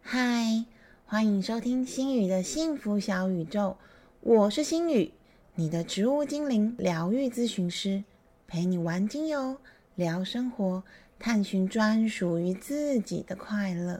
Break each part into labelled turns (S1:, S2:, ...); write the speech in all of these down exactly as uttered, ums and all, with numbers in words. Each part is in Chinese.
S1: 嗨，欢迎收听星宇的幸福小宇宙，我是星宇，你的植物精灵疗愈咨询师，陪你玩精油，聊生活，探寻专属于自己的快乐。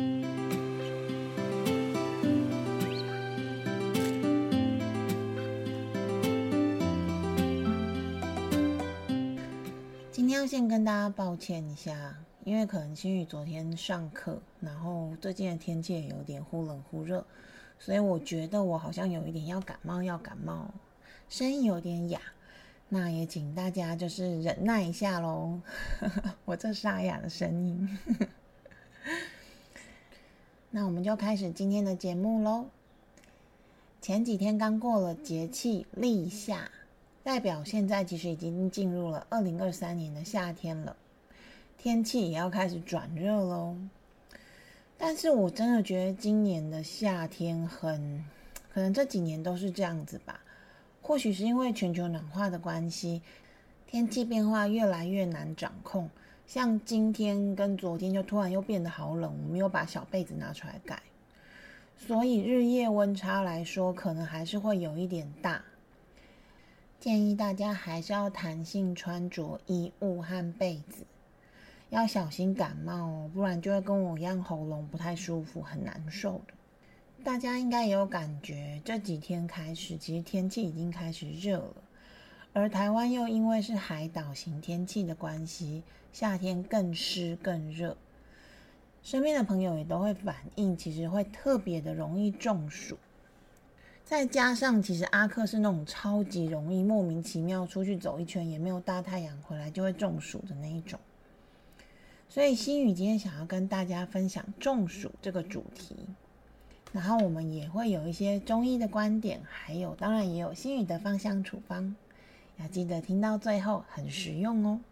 S1: 今天要先跟大家抱歉一下，因为可能星宇昨天上课，然后最近的天气也有点忽冷忽热，所以我觉得我好像有一点要感冒要感冒，声音有点哑，那也请大家就是忍耐一下咯我这沙哑的声音那我们就开始今天的节目咯。前几天刚过了节气立夏，代表现在其实已经进入了二零二三年的夏天了，天气也要开始转热咯。但是我真的觉得今年的夏天很，可能这几年都是这样子吧，或许是因为全球暖化的关系，天气变化越来越难掌控，像今天跟昨天就突然又变得好冷，我没有把小被子拿出来盖，所以日夜温差来说可能还是会有一点大，建议大家还是要弹性穿着衣物和被子，要小心感冒哦，不然就会跟我一样喉咙不太舒服，很难受的。大家应该也有感觉，这几天开始其实天气已经开始热了，而台湾又因为是海岛型天气的关系，夏天更湿更热，身边的朋友也都会反映，其实会特别的容易中暑。再加上其实阿克是那种超级容易莫名其妙出去走一圈也没有大太阳回来就会中暑的那一种，所以星宇今天想要跟大家分享中暑这个主题，然后我们也会有一些中医的观点，还有当然也有星宇的芳香处方，要记得听到最后，很实用哦。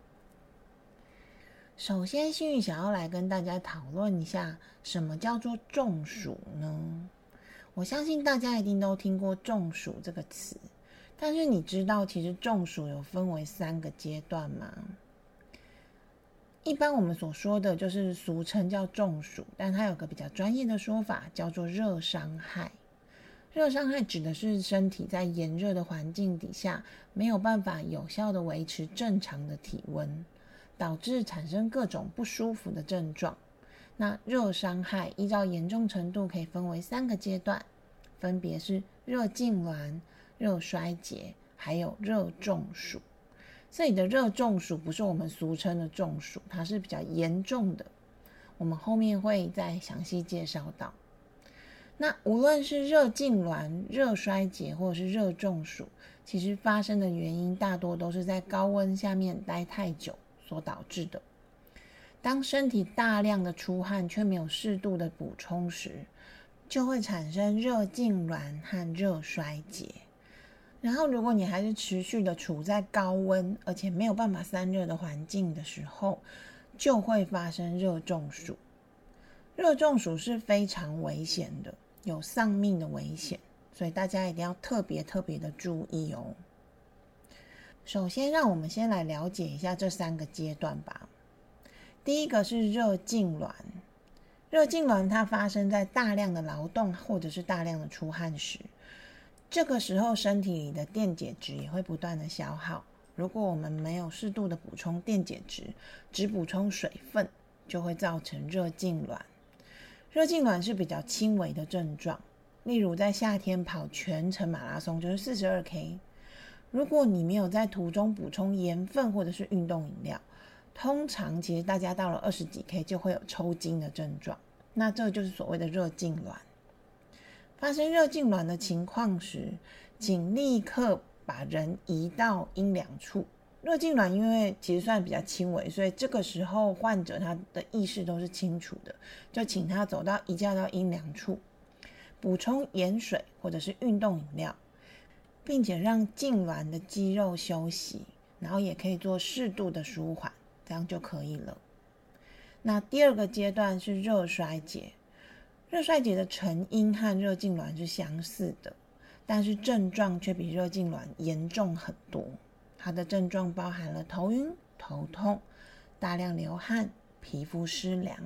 S1: 首先星宇想要来跟大家讨论一下什么叫做中暑呢？我相信大家一定都听过中暑这个词，但是你知道其实中暑有分为三个阶段吗？一般我们所说的就是俗称叫中暑，但它有个比较专业的说法叫做热伤害。热伤害指的是身体在炎热的环境底下没有办法有效的维持正常的体温，导致产生各种不舒服的症状。那热伤害依照严重程度可以分为三个阶段，分别是热痉挛、热衰竭还有热中暑。这里的热中暑不是我们俗称的中暑，它是比较严重的，我们后面会再详细介绍到。那无论是热痉挛、热衰竭或者是热中暑，其实发生的原因大多都是在高温下面待太久所导致的。当身体大量的出汗却没有适度的补充时，就会产生热痉挛和热衰竭。然后如果你还是持续的处在高温而且没有办法散热的环境的时候，就会发生热中暑。热中暑是非常危险的，有丧命的危险，所以大家一定要特别特别的注意哦。首先让我们先来了解一下这三个阶段吧。第一个是热痉挛，热痉挛它发生在大量的劳动或者是大量的出汗时，这个时候身体里的电解质也会不断的消耗，如果我们没有适度的补充电解质，只补充水分，就会造成热痉挛。热痉挛是比较轻微的症状，例如在夏天跑全程马拉松就是 四十二 K， 如果你没有在途中补充盐分或者是运动饮料，通常其实大家到了二十几 K 就会有抽筋的症状，那这就是所谓的热痉挛。发生热痉挛的情况时，请立刻把人移到阴凉处。热痉挛因为其实算比较轻微，所以这个时候患者他的意识都是清楚的，就请他走到移驾到阴凉处，补充盐水或者是运动饮料，并且让痉挛的肌肉休息，然后也可以做适度的舒缓，这样就可以了。那第二个阶段是热衰竭，热衰竭的成因和热痉挛是相似的，但是症状却比热痉挛严重很多。它的症状包含了头晕、头痛、大量流汗、皮肤湿凉、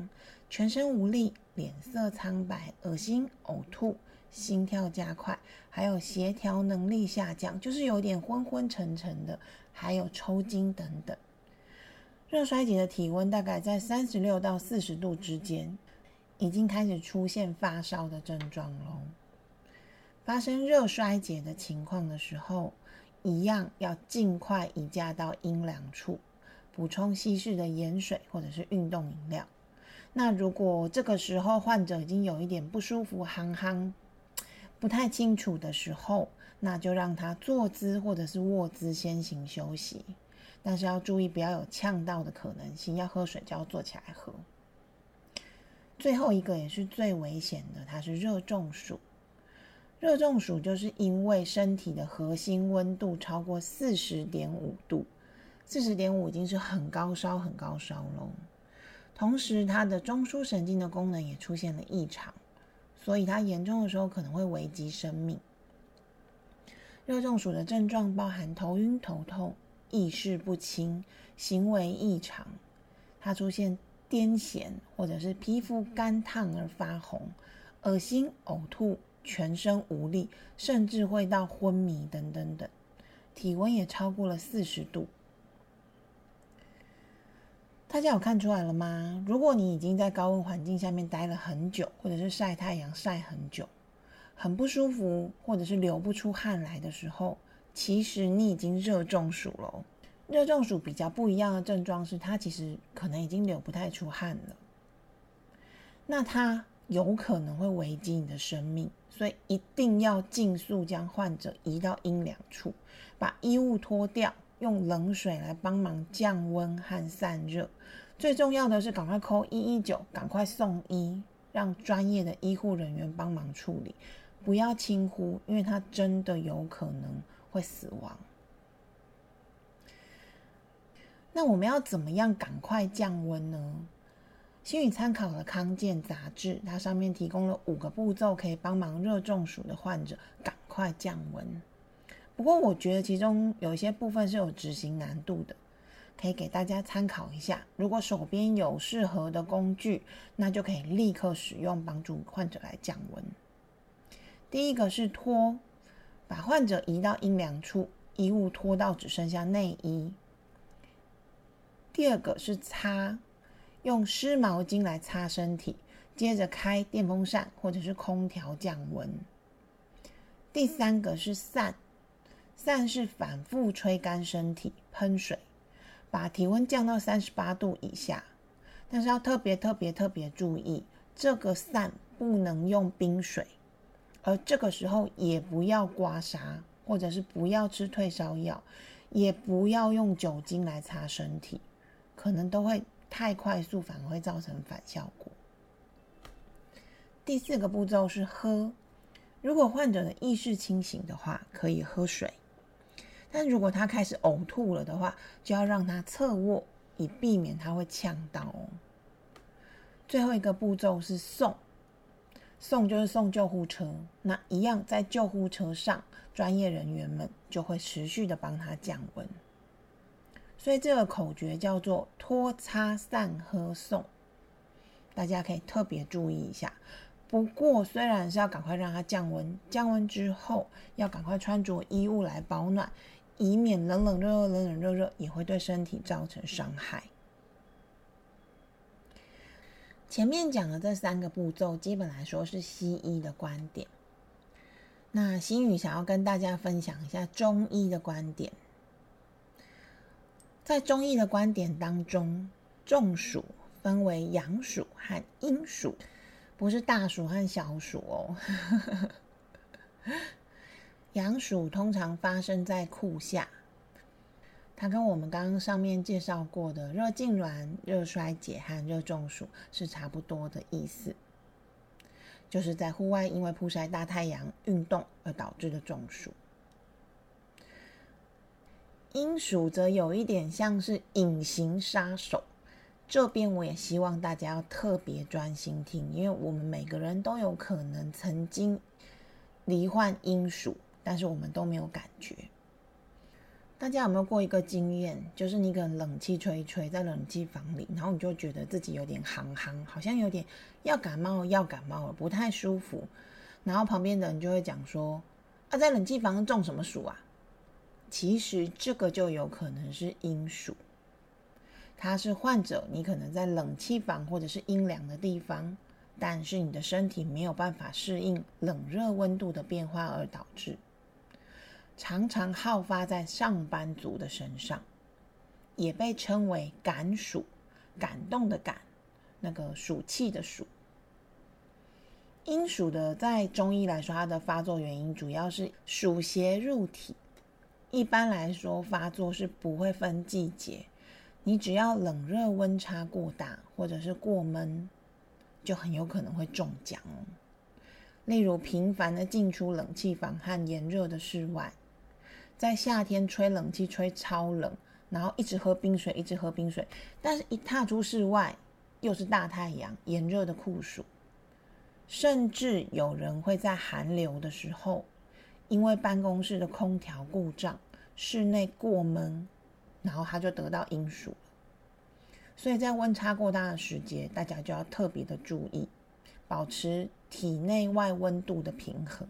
S1: 全身无力、脸色苍白、恶心、呕吐、心跳加快，还有协调能力下降，就是有点昏昏沉沉的，还有抽筋等等。热衰竭的体温大概在三十六到四十度之间，已经开始出现发烧的症状咯。发生热衰竭的情况的时候，一样要尽快移驾到阴凉处，补充稀释的盐水或者是运动饮料。那如果这个时候患者已经有一点不舒服、憨憨不太清楚的时候，那就让他坐姿或者是卧姿先行休息，但是要注意不要有呛到的可能性，要喝水就要坐起来喝。最后一个也是最危险的，它是热中暑。热中暑就是因为身体的核心温度超过 四十点五 度， 四十点五 已经是很高烧很高烧咯。同时它的中枢神经的功能也出现了异常，所以它严重的时候可能会危及生命。热中暑的症状包含头晕头痛、意识不清、行为异常，它出现癫痫或者是皮肤干烫而发红、恶心、呕吐、全身无力，甚至会到昏迷等等等，体温也超过了四十度。大家有看出来了吗？如果你已经在高温环境下面待了很久，或者是晒太阳晒很久，很不舒服，或者是流不出汗来的时候，其实你已经热中暑了。热中暑比较不一样的症状是，它其实可能已经流不太出汗了，那它有可能会危及你的生命，所以一定要尽速将患者移到阴凉处，把衣物脱掉，用冷水来帮忙降温和散热。最重要的是赶快 call 一一九，赶快送医，让专业的医护人员帮忙处理，不要轻忽，因为它真的有可能会死亡。那我们要怎么样赶快降温呢？星宇参考了康健杂志，它上面提供了五个步骤，可以帮忙热中暑的患者赶快降温。不过我觉得其中有一些部分是有执行难度的，可以给大家参考一下。如果手边有适合的工具，那就可以立刻使用，帮助患者来降温。第一个是脱，把患者移到阴凉处，衣物脱到只剩下内衣。第二个是擦，用湿毛巾来擦身体，接着开电风扇或者是空调降温。第三个是散，散是反复吹干身体，喷水，把体温降到三十八度以下。但是要特别特别特别注意，这个散不能用冰水，而这个时候也不要刮痧，或者是不要吃退烧药，也不要用酒精来擦身体，可能都会太快速，反而会造成反效果。第四个步骤是喝，如果患者的意识清醒的话，可以喝水，但如果他开始呕吐了的话，就要让他侧卧，以避免他会呛到哦。最后一个步骤是送，送就是送救护车，那一样在救护车上，专业人员们就会持续的帮他降温。所以这个口诀叫做脱擦散喝送，大家可以特别注意一下。不过虽然是要赶快让它降温，降温之后要赶快穿着衣物来保暖，以免冷冷热热冷冷热热也会对身体造成伤害。前面讲的这三个步骤基本来说是西医的观点，那星宇想要跟大家分享一下中医的观点。在中医的观点当中，中暑分为阳暑和阴暑，不是大暑和小暑哦。阳暑通常发生在裤下，它跟我们刚刚上面介绍过的热痉挛、热衰竭和热中暑是差不多的意思，就是在户外因为曝晒大太阳、运动而导致的中暑。阴暑则有一点像是隐形杀手，这边我也希望大家要特别专心听，因为我们每个人都有可能曾经罹患阴暑，但是我们都没有感觉。 大家有没有过一个经验，就是你可能冷气吹一吹在冷气房里，然后你就觉得自己有点寒寒，好像有点要感冒要感冒了，不太舒服，然后旁边的人就会讲说啊，在冷气房中什么暑啊？其实这个就有可能是阴暑，它是患者你可能在冷气房或者是阴凉的地方，但是你的身体没有办法适应冷热温度的变化而导致，常常好发在上班族的身上，也被称为感暑，感动的感，那个暑气的暑。阴暑的在中医来说，它的发作原因主要是暑邪入体。一般来说发作是不会分季节，你只要冷热温差过大或者是过闷，就很有可能会中奖哦。例如频繁的进出冷气房和炎热的室外，在夏天吹冷气吹超冷，然后一直喝冰水一直喝冰水，但是一踏出室外又是大太阳炎热的酷暑，甚至有人会在寒流的时候，因为办公室的空调故障，室内过闷，然后他就得到阴暑了。所以在温差过大的时节，大家就要特别的注意，保持体内外温度的平衡。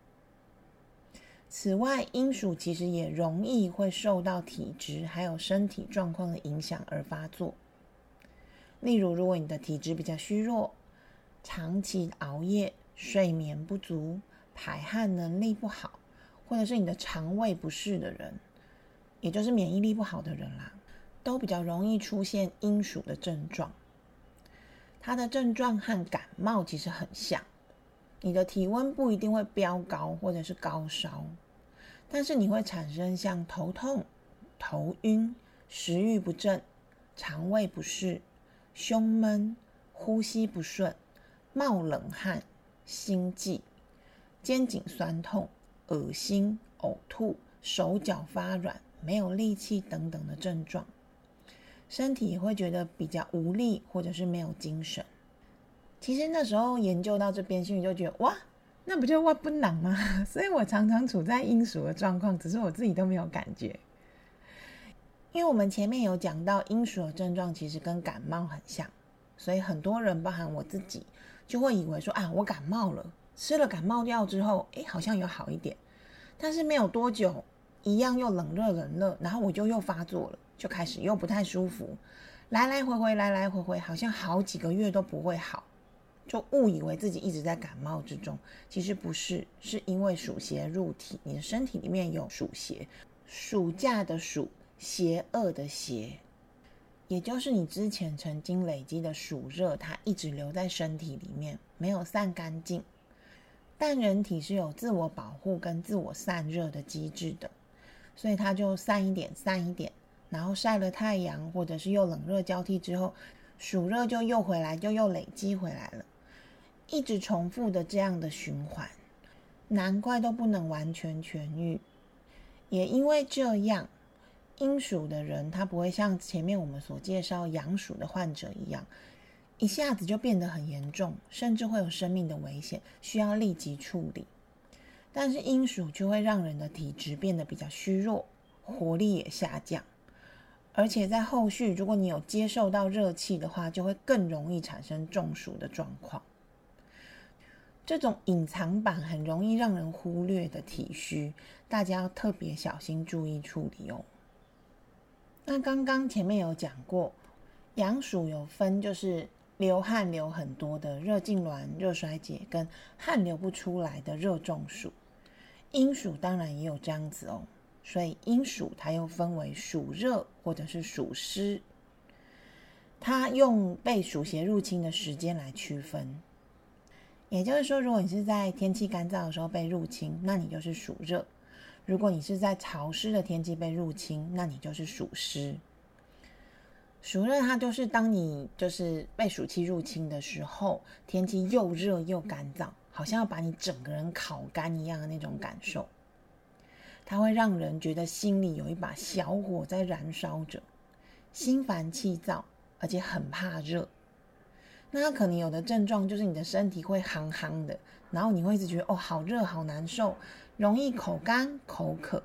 S1: 此外，阴暑其实也容易会受到体质还有身体状况的影响而发作。例如，如果你的体质比较虚弱，长期熬夜、睡眠不足、排汗能力不好，或者是你的肠胃不适的人，也就是免疫力不好的人啦，都比较容易出现阴暑的症状。它的症状和感冒其实很像，你的体温不一定会飙高或者是高烧，但是你会产生像头痛、头晕、食欲不振、肠胃不适、胸闷、呼吸不顺、冒冷汗、心悸、肩颈酸痛、恶心、呕吐、手脚发软、没有力气等等的症状，身体也会觉得比较无力或者是没有精神。其实那时候研究到这边，心里就觉得哇，那不就哇不冷吗？所以我常常处在阴暑的状况，只是我自己都没有感觉。因为我们前面有讲到阴暑的症状其实跟感冒很像，所以很多人包含我自己就会以为说啊，我感冒了，吃了感冒药之后诶好像有好一点，但是没有多久一样又冷热冷热，然后我就又发作了，就开始又不太舒服，来来回回来来回回，好像好几个月都不会好，就误以为自己一直在感冒之中。其实不是，是因为暑邪入体，你的身体里面有暑邪，暑假的暑，邪恶的邪，也就是你之前曾经累积的暑热，它一直留在身体里面，没有散干净。但人体是有自我保护跟自我散热的机制的，所以它就散一点散一点，然后晒了太阳或者是又冷热交替之后，暑热就又回来，就又累积回来了，一直重复的这样的循环，难怪都不能完全痊愈。也因为这样，阴暑的人他不会像前面我们所介绍阳暑的患者一样，一下子就变得很严重，甚至会有生命的危险，需要立即处理。但是阴暑就会让人的体质变得比较虚弱，活力也下降，而且在后续如果你有接受到热气的话，就会更容易产生中暑的状况。这种隐藏版很容易让人忽略的体虚，大家要特别小心注意处理哦。那刚刚前面有讲过，阳暑有分就是流汗流很多的热痉挛、热衰竭，跟汗流不出来的热中暑。阴暑当然也有这样子哦，所以阴暑它又分为暑热或者是暑湿，它用被暑邪入侵的时间来区分。也就是说，如果你是在天气干燥的时候被入侵，那你就是暑热；如果你是在潮湿的天气被入侵，那你就是暑湿。暑热它就是当你就是被暑气入侵的时候，天气又热又干燥，好像要把你整个人烤干一样的那种感受。它会让人觉得心里有一把小火在燃烧着，心烦气躁，而且很怕热。那它可能有的症状就是你的身体会夯夯的，然后你会一直觉得哦好热好难受，容易口干口渴，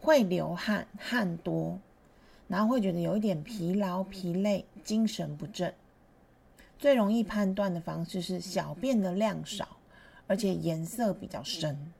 S1: 会流汗，汗多，然后会觉得有一点疲劳、疲累，精神不振。最容易判断的方式是小便的量少，而且颜色比较深。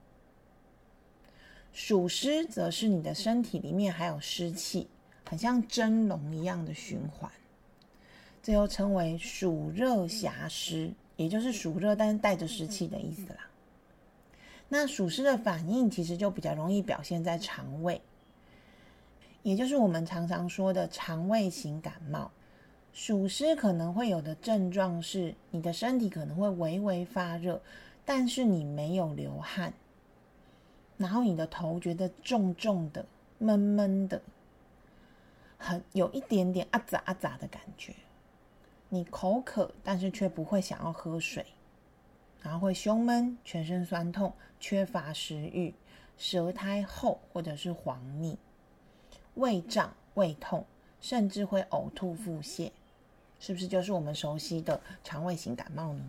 S1: 暑湿则是你的身体里面还有湿气，很像蒸笼一样的循环，这又称为暑热狭湿，也就是暑热但是带着湿气的意思啦。那暑湿的反应其实就比较容易表现在肠胃，也就是我们常常说的肠胃型感冒。暑湿可能会有的症状是，你的身体可能会微微发热，但是你没有流汗，然后你的头觉得重重的、闷闷的，很有一点点啊杂啊杂的感觉。你口渴，但是却不会想要喝水，然后会胸闷、全身酸痛、缺乏食欲、舌苔厚或者是黄腻、胃胀、胃痛，甚至会呕吐腹泻，是不是就是我们熟悉的肠胃型感冒呢？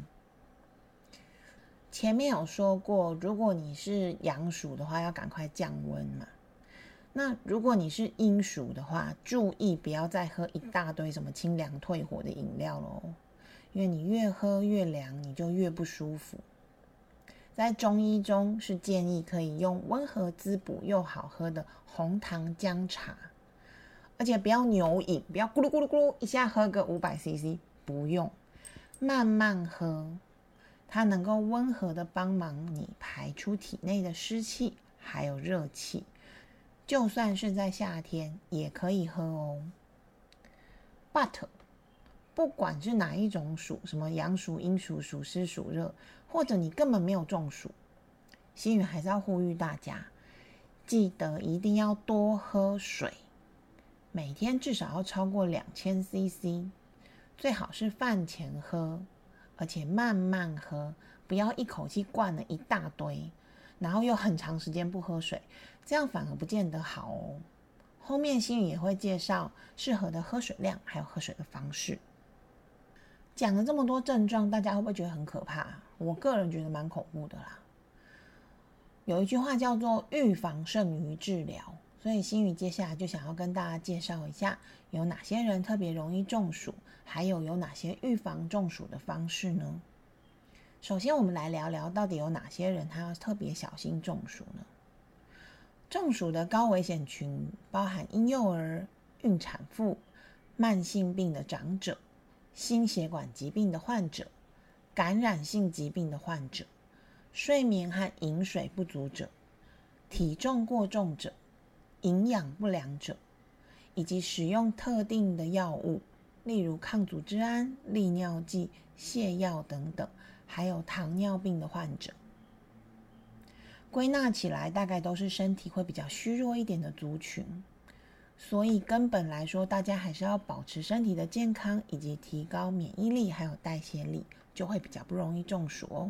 S1: 前面有说过，如果你是阳暑的话，要赶快降温嘛。那如果你是阴暑的话，注意不要再喝一大堆什么清凉退火的饮料咯，因为你越喝越凉，你就越不舒服。在中医中是建议可以用温和滋补又好喝的红糖姜茶，而且不要牛饮，不要咕噜咕噜咕噜一下喝个五百 C C， 不用，慢慢喝，它能够温和的帮忙你排出体内的湿气还有热气，就算是在夏天也可以喝哦。 But 不管是哪一种暑，什么阳暑、阴暑、暑湿、暑热，或者你根本没有中暑，心语还是要呼吁大家，记得一定要多喝水，每天至少要超过两千 C C， 最好是饭前喝，而且慢慢喝，不要一口气灌了一大堆，然后又很长时间不喝水，这样反而不见得好哦。后面心语也会介绍适合的喝水量还有喝水的方式。讲了这么多症状，大家会不会觉得很可怕？我个人觉得蛮恐怖的啦。有一句话叫做预防胜于治疗，所以心语接下来就想要跟大家介绍一下有哪些人特别容易中暑，还有有哪些预防中暑的方式呢？首先我们来聊聊到底有哪些人他要特别小心中暑呢？中暑的高危险群包含婴幼儿、孕产妇、慢性病的长者、心血管疾病的患者、感染性疾病的患者、睡眠和饮水不足者、体重过重者、营养不良者，以及使用特定的药物，例如抗组织胺、利尿剂、泻药等等，还有糖尿病的患者。归纳起来，大概都是身体会比较虚弱一点的族群，所以根本来说，大家还是要保持身体的健康，以及提高免疫力还有代谢力，就会比较不容易中暑哦。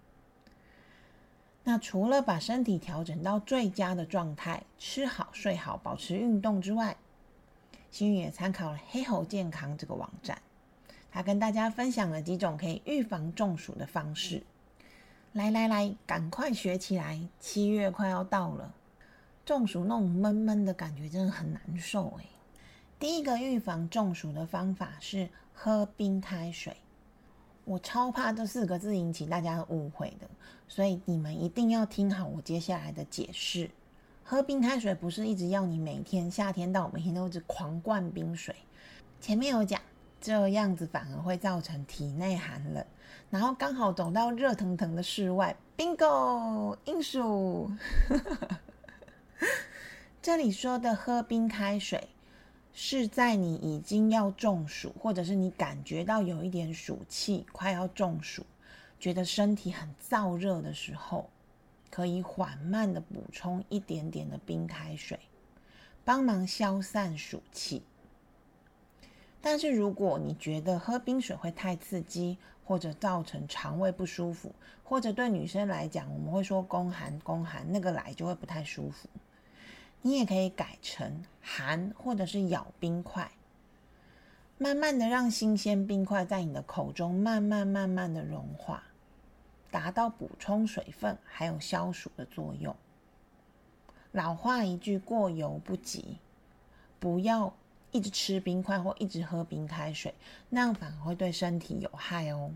S1: 那除了把身体调整到最佳的状态，吃好睡好，保持运动之外，心语也参考了黑猴健康这个网站，他跟大家分享了几种可以预防中暑的方式。来来来，赶快学起来！七月快要到了，中暑那种闷闷的感觉真的很难受哎。第一个预防中暑的方法是喝冰开水。我超怕这四个字引起大家的误会的，所以你们一定要听好我接下来的解释。喝冰开水不是一直要你每天夏天到每天都一直狂灌冰水，前面有讲，这样子反而会造成体内寒冷，然后刚好走到热腾腾的室外 ，bingo， 阴暑。这里说的喝冰开水，是在你已经要中暑，或者是你感觉到有一点暑气，快要中暑，觉得身体很燥热的时候，可以缓慢的补充一点点的冰开水，帮忙消散暑气。但是如果你觉得喝冰水会太刺激，或者造成肠胃不舒服，或者对女生来讲，我们会说宫寒宫寒，那个来就会不太舒服，你也可以改成含或者是咬冰块，慢慢的让新鲜冰块在你的口中慢慢慢慢的融化，达到补充水分还有消暑的作用。 老话一句，过犹不及，不要一直吃冰块或一直喝冰开水，那样反而会对身体有害哦。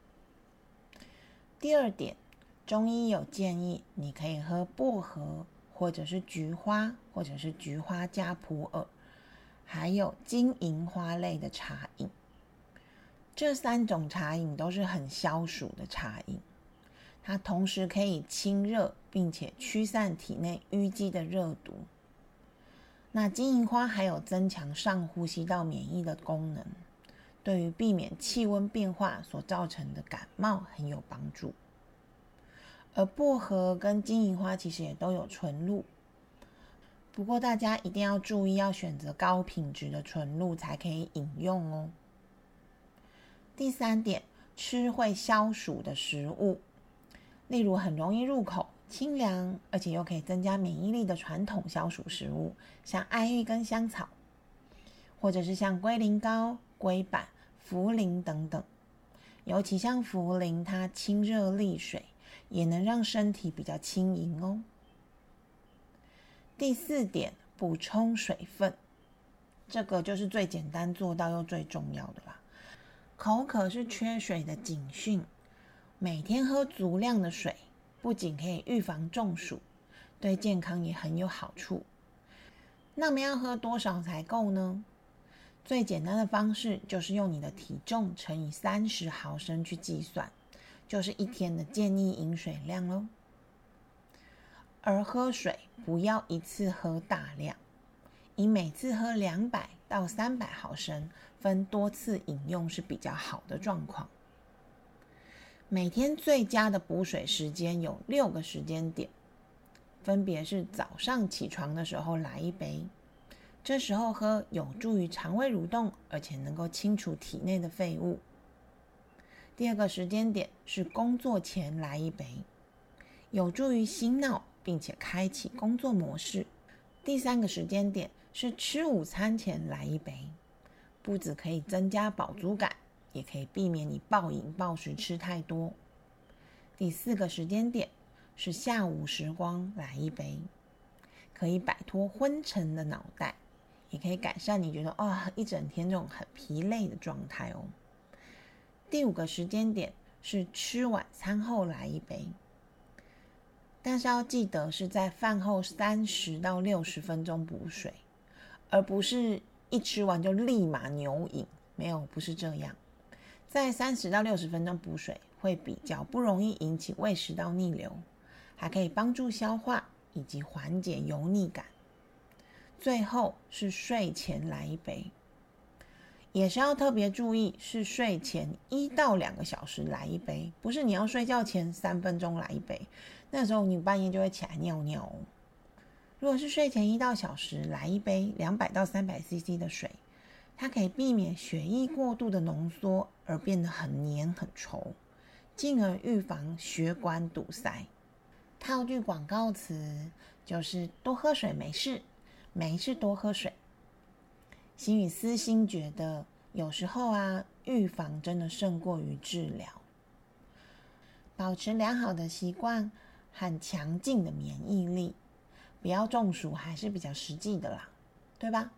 S1: 第二点，中医有建议你可以喝薄荷或者是菊花，或者是菊花加普洱，还有金银花类的茶饮。这三种茶饮都是很消暑的茶饮，它同时可以清热，并且驱散体内淤积的热毒。那金银花还有增强上呼吸道免疫的功能，对于避免气温变化所造成的感冒很有帮助。而薄荷跟金银花其实也都有纯露，不过大家一定要注意，要选择高品质的纯露才可以饮用哦。第三点，吃会消暑的食物，例如很容易入口、清凉而且又可以增加免疫力的传统消暑食物，像爱玉跟香草，或者是像龟苓膏、龟板、茯苓等等。尤其像茯苓，它清热利水，也能让身体比较轻盈哦。第四点，补充水分，这个就是最简单做到又最重要的啦。口渴是缺水的警讯，每天喝足量的水，不仅可以预防中暑，对健康也很有好处。那么要喝多少才够呢？最简单的方式就是用你的体重乘以三十毫升去计算，就是一天的建议饮水量咯。而喝水不要一次喝大量，以每次喝两百到三百毫升，分多次饮用是比较好的状况。每天最佳的补水时间有六个时间点，分别是早上起床的时候来一杯，这时候喝有助于肠胃蠕动，而且能够清除体内的废物。第二个时间点是工作前来一杯，有助于醒脑，并且开启工作模式。第三个时间点是吃午餐前来一杯，不只可以增加饱足感，也可以避免你暴饮暴食吃太多。第四个时间点是下午时光来一杯，可以摆脱昏沉的脑袋，也可以改善你觉得哦一整天这种很疲累的状态哦。第五个时间点是吃晚餐后来一杯，但是要记得是在饭后三十到六十分钟补水，而不是一吃完就立马牛饮，没有，不是这样。在三十到六十分钟补水会比较不容易引起胃食道逆流，还可以帮助消化以及缓解油腻感。最后是睡前来一杯，也是要特别注意，是睡前一到两个小时来一杯，不是你要睡觉前三分钟来一杯，那时候你半夜就会起来尿尿哦。如果是睡前一到小时来一杯两百到三百 C C 的水，它可以避免血液过度的浓缩而变得很黏很稠，进而预防血管堵塞。套句广告词就是多喝水没事，没事多喝水。心语私心觉得有时候啊，预防真的胜过于治疗。保持良好的习惯和强劲的免疫力，不要中暑还是比较实际的啦，对吧？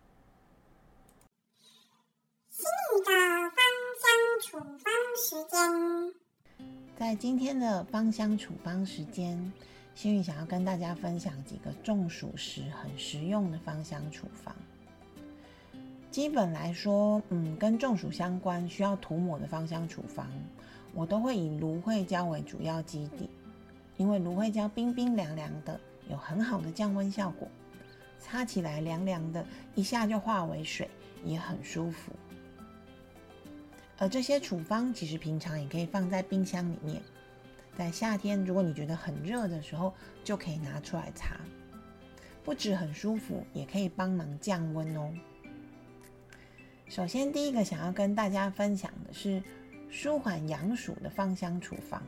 S2: 心语的芳香处方时间，
S1: 在今天的芳香处方时间，心语想要跟大家分享几个中暑时很实用的芳香处方。基本来说，嗯，跟中暑相关需要涂抹的芳香处方，我都会以芦荟胶为主要基底，因为芦荟胶冰冰凉凉的，有很好的降温效果，擦起来凉凉的，一下就化为水，也很舒服。而这些处方其实平常也可以放在冰箱里面，在夏天如果你觉得很热的时候，就可以拿出来擦，不止很舒服，也可以帮忙降温哦。首先第一个想要跟大家分享的是舒缓阳暑的芳香处方。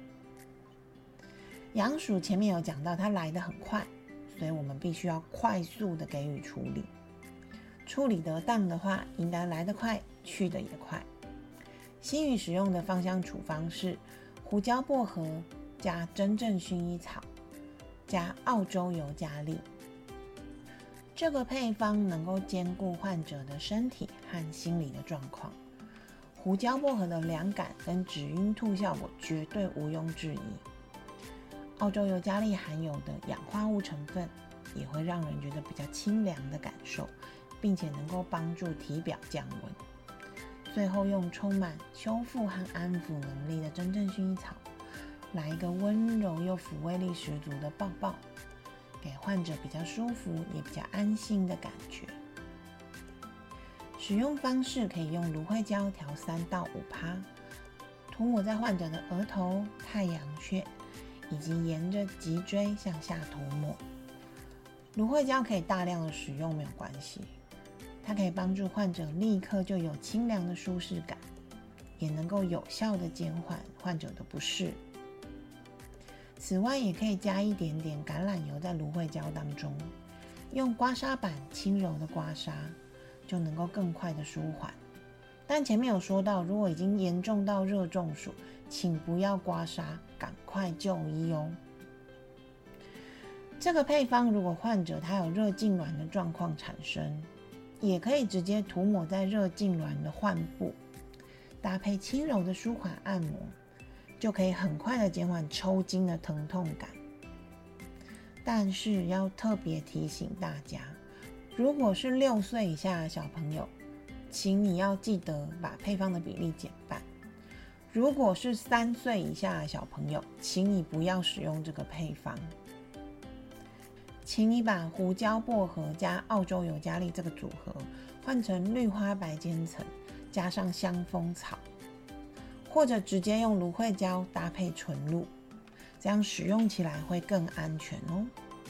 S1: 阳暑前面有讲到它来得很快，所以我们必须要快速的给予处理。处理得当的话，应该来得快，去得也快。心语使用的芳香处方是胡椒薄荷加真正薰衣草， 加澳洲尤加利。这个配方能够兼顾患者的身体和心理的状况。胡椒薄荷的凉感跟止晕吐效果绝对毋庸置疑。澳洲尤加利含有的氧化物成分也会让人觉得比较清凉的感受，并且能够帮助体表降温。最后用充满修复和安抚能力的真正薰衣草来一个温柔又抚慰力十足的抱抱，给患者比较舒服也比较安心的感觉。使用方式可以用芦荟胶调三到五趴，涂抹在患者的额头、太阳穴，以及沿着脊椎向下涂抹。芦荟胶可以大量的使用没有关系，它可以帮助患者立刻就有清凉的舒适感，也能够有效的减缓患者的不适。此外，也可以加一点点橄榄油在芦荟胶当中，用刮痧板轻柔的刮痧，就能够更快的舒缓。但前面有说到，如果已经严重到热中暑，请不要刮痧，赶快就医哦。这个配方如果患者他有热痉挛的状况产生，也可以直接涂抹在热痉挛的患部，搭配轻柔的舒缓按摩，就可以很快的减缓抽筋的疼痛感。但是要特别提醒大家，如果是六岁以下的小朋友，请你要记得把配方的比例减半。如果是三岁以下的小朋友，请你不要使用这个配方。请你把胡椒薄荷加澳洲尤加利这个组合换成绿花白坚层加上香蜂草，或者直接用芦荟胶搭配纯露，这样使用起来会更安全哦。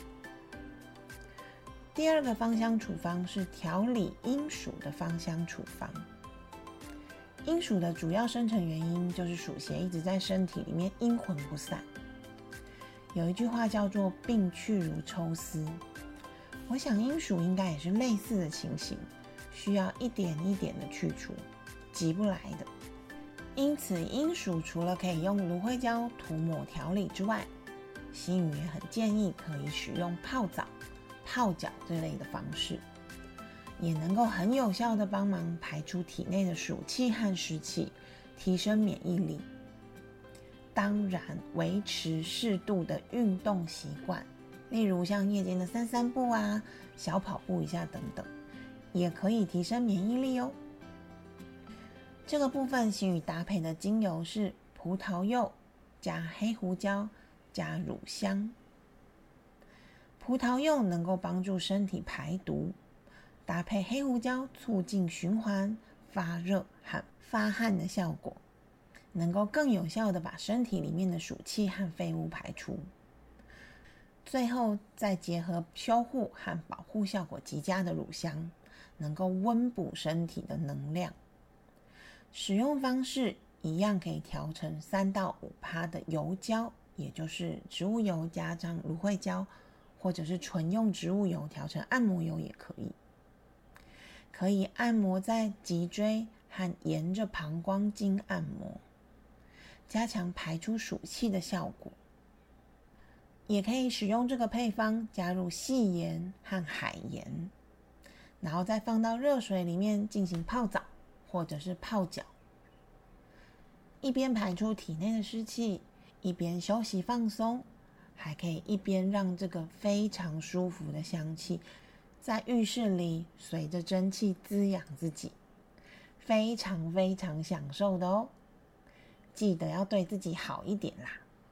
S1: 第二个芳香处方是调理阴暑的芳香处方。阴暑的主要生成原因就是暑邪一直在身体里面阴魂不散。有一句话叫做病去如抽丝，我想阴暑应该也是类似的情形，需要一点一点的去除，急不来的。因此阴暑除了可以用芦荟胶涂抹调理之外，心语也很建议可以使用泡澡、泡脚这类的方式，也能够很有效的帮忙排出体内的暑气和湿气，提升免疫力。当然维持适度的运动习惯，例如像夜间的散散步啊、小跑步一下等等，也可以提升免疫力哦。这个部分心语搭配的精油是葡萄柚加黑胡椒加乳香。葡萄柚能够帮助身体排毒，搭配黑胡椒促进循环、发热和发汗的效果，能够更有效的把身体里面的暑气和废物排出。最后再结合修护和保护效果极佳的乳香，能够温补身体的能量。使用方式一样可以调成三到五趴的油胶，也就是植物油加上芦荟胶，或者是纯用植物油调成按摩油也可以。可以按摩在脊椎和沿着膀胱经按摩，加强排出暑气的效果。也可以使用这个配方加入细盐和海盐，然后再放到热水里面进行泡澡或者是泡脚，一边排出体内的湿气，一边休息放松，还可以一边让这个非常舒服的香气在浴室里随着蒸汽滋养自己，非常非常享受的哦。记得要对自己好一点啦。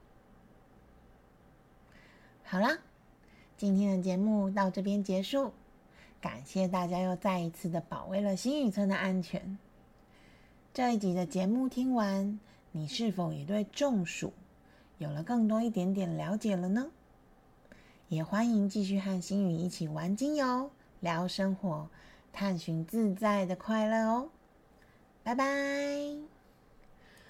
S1: 好啦，今天的节目到这边结束，感谢大家又再一次的保卫了新宇村的安全。这一集的节目听完，你是否也对中暑有了更多一点点了解了呢？也欢迎继续和新宇一起玩精油、聊生活，探寻自在的快乐哦。拜拜。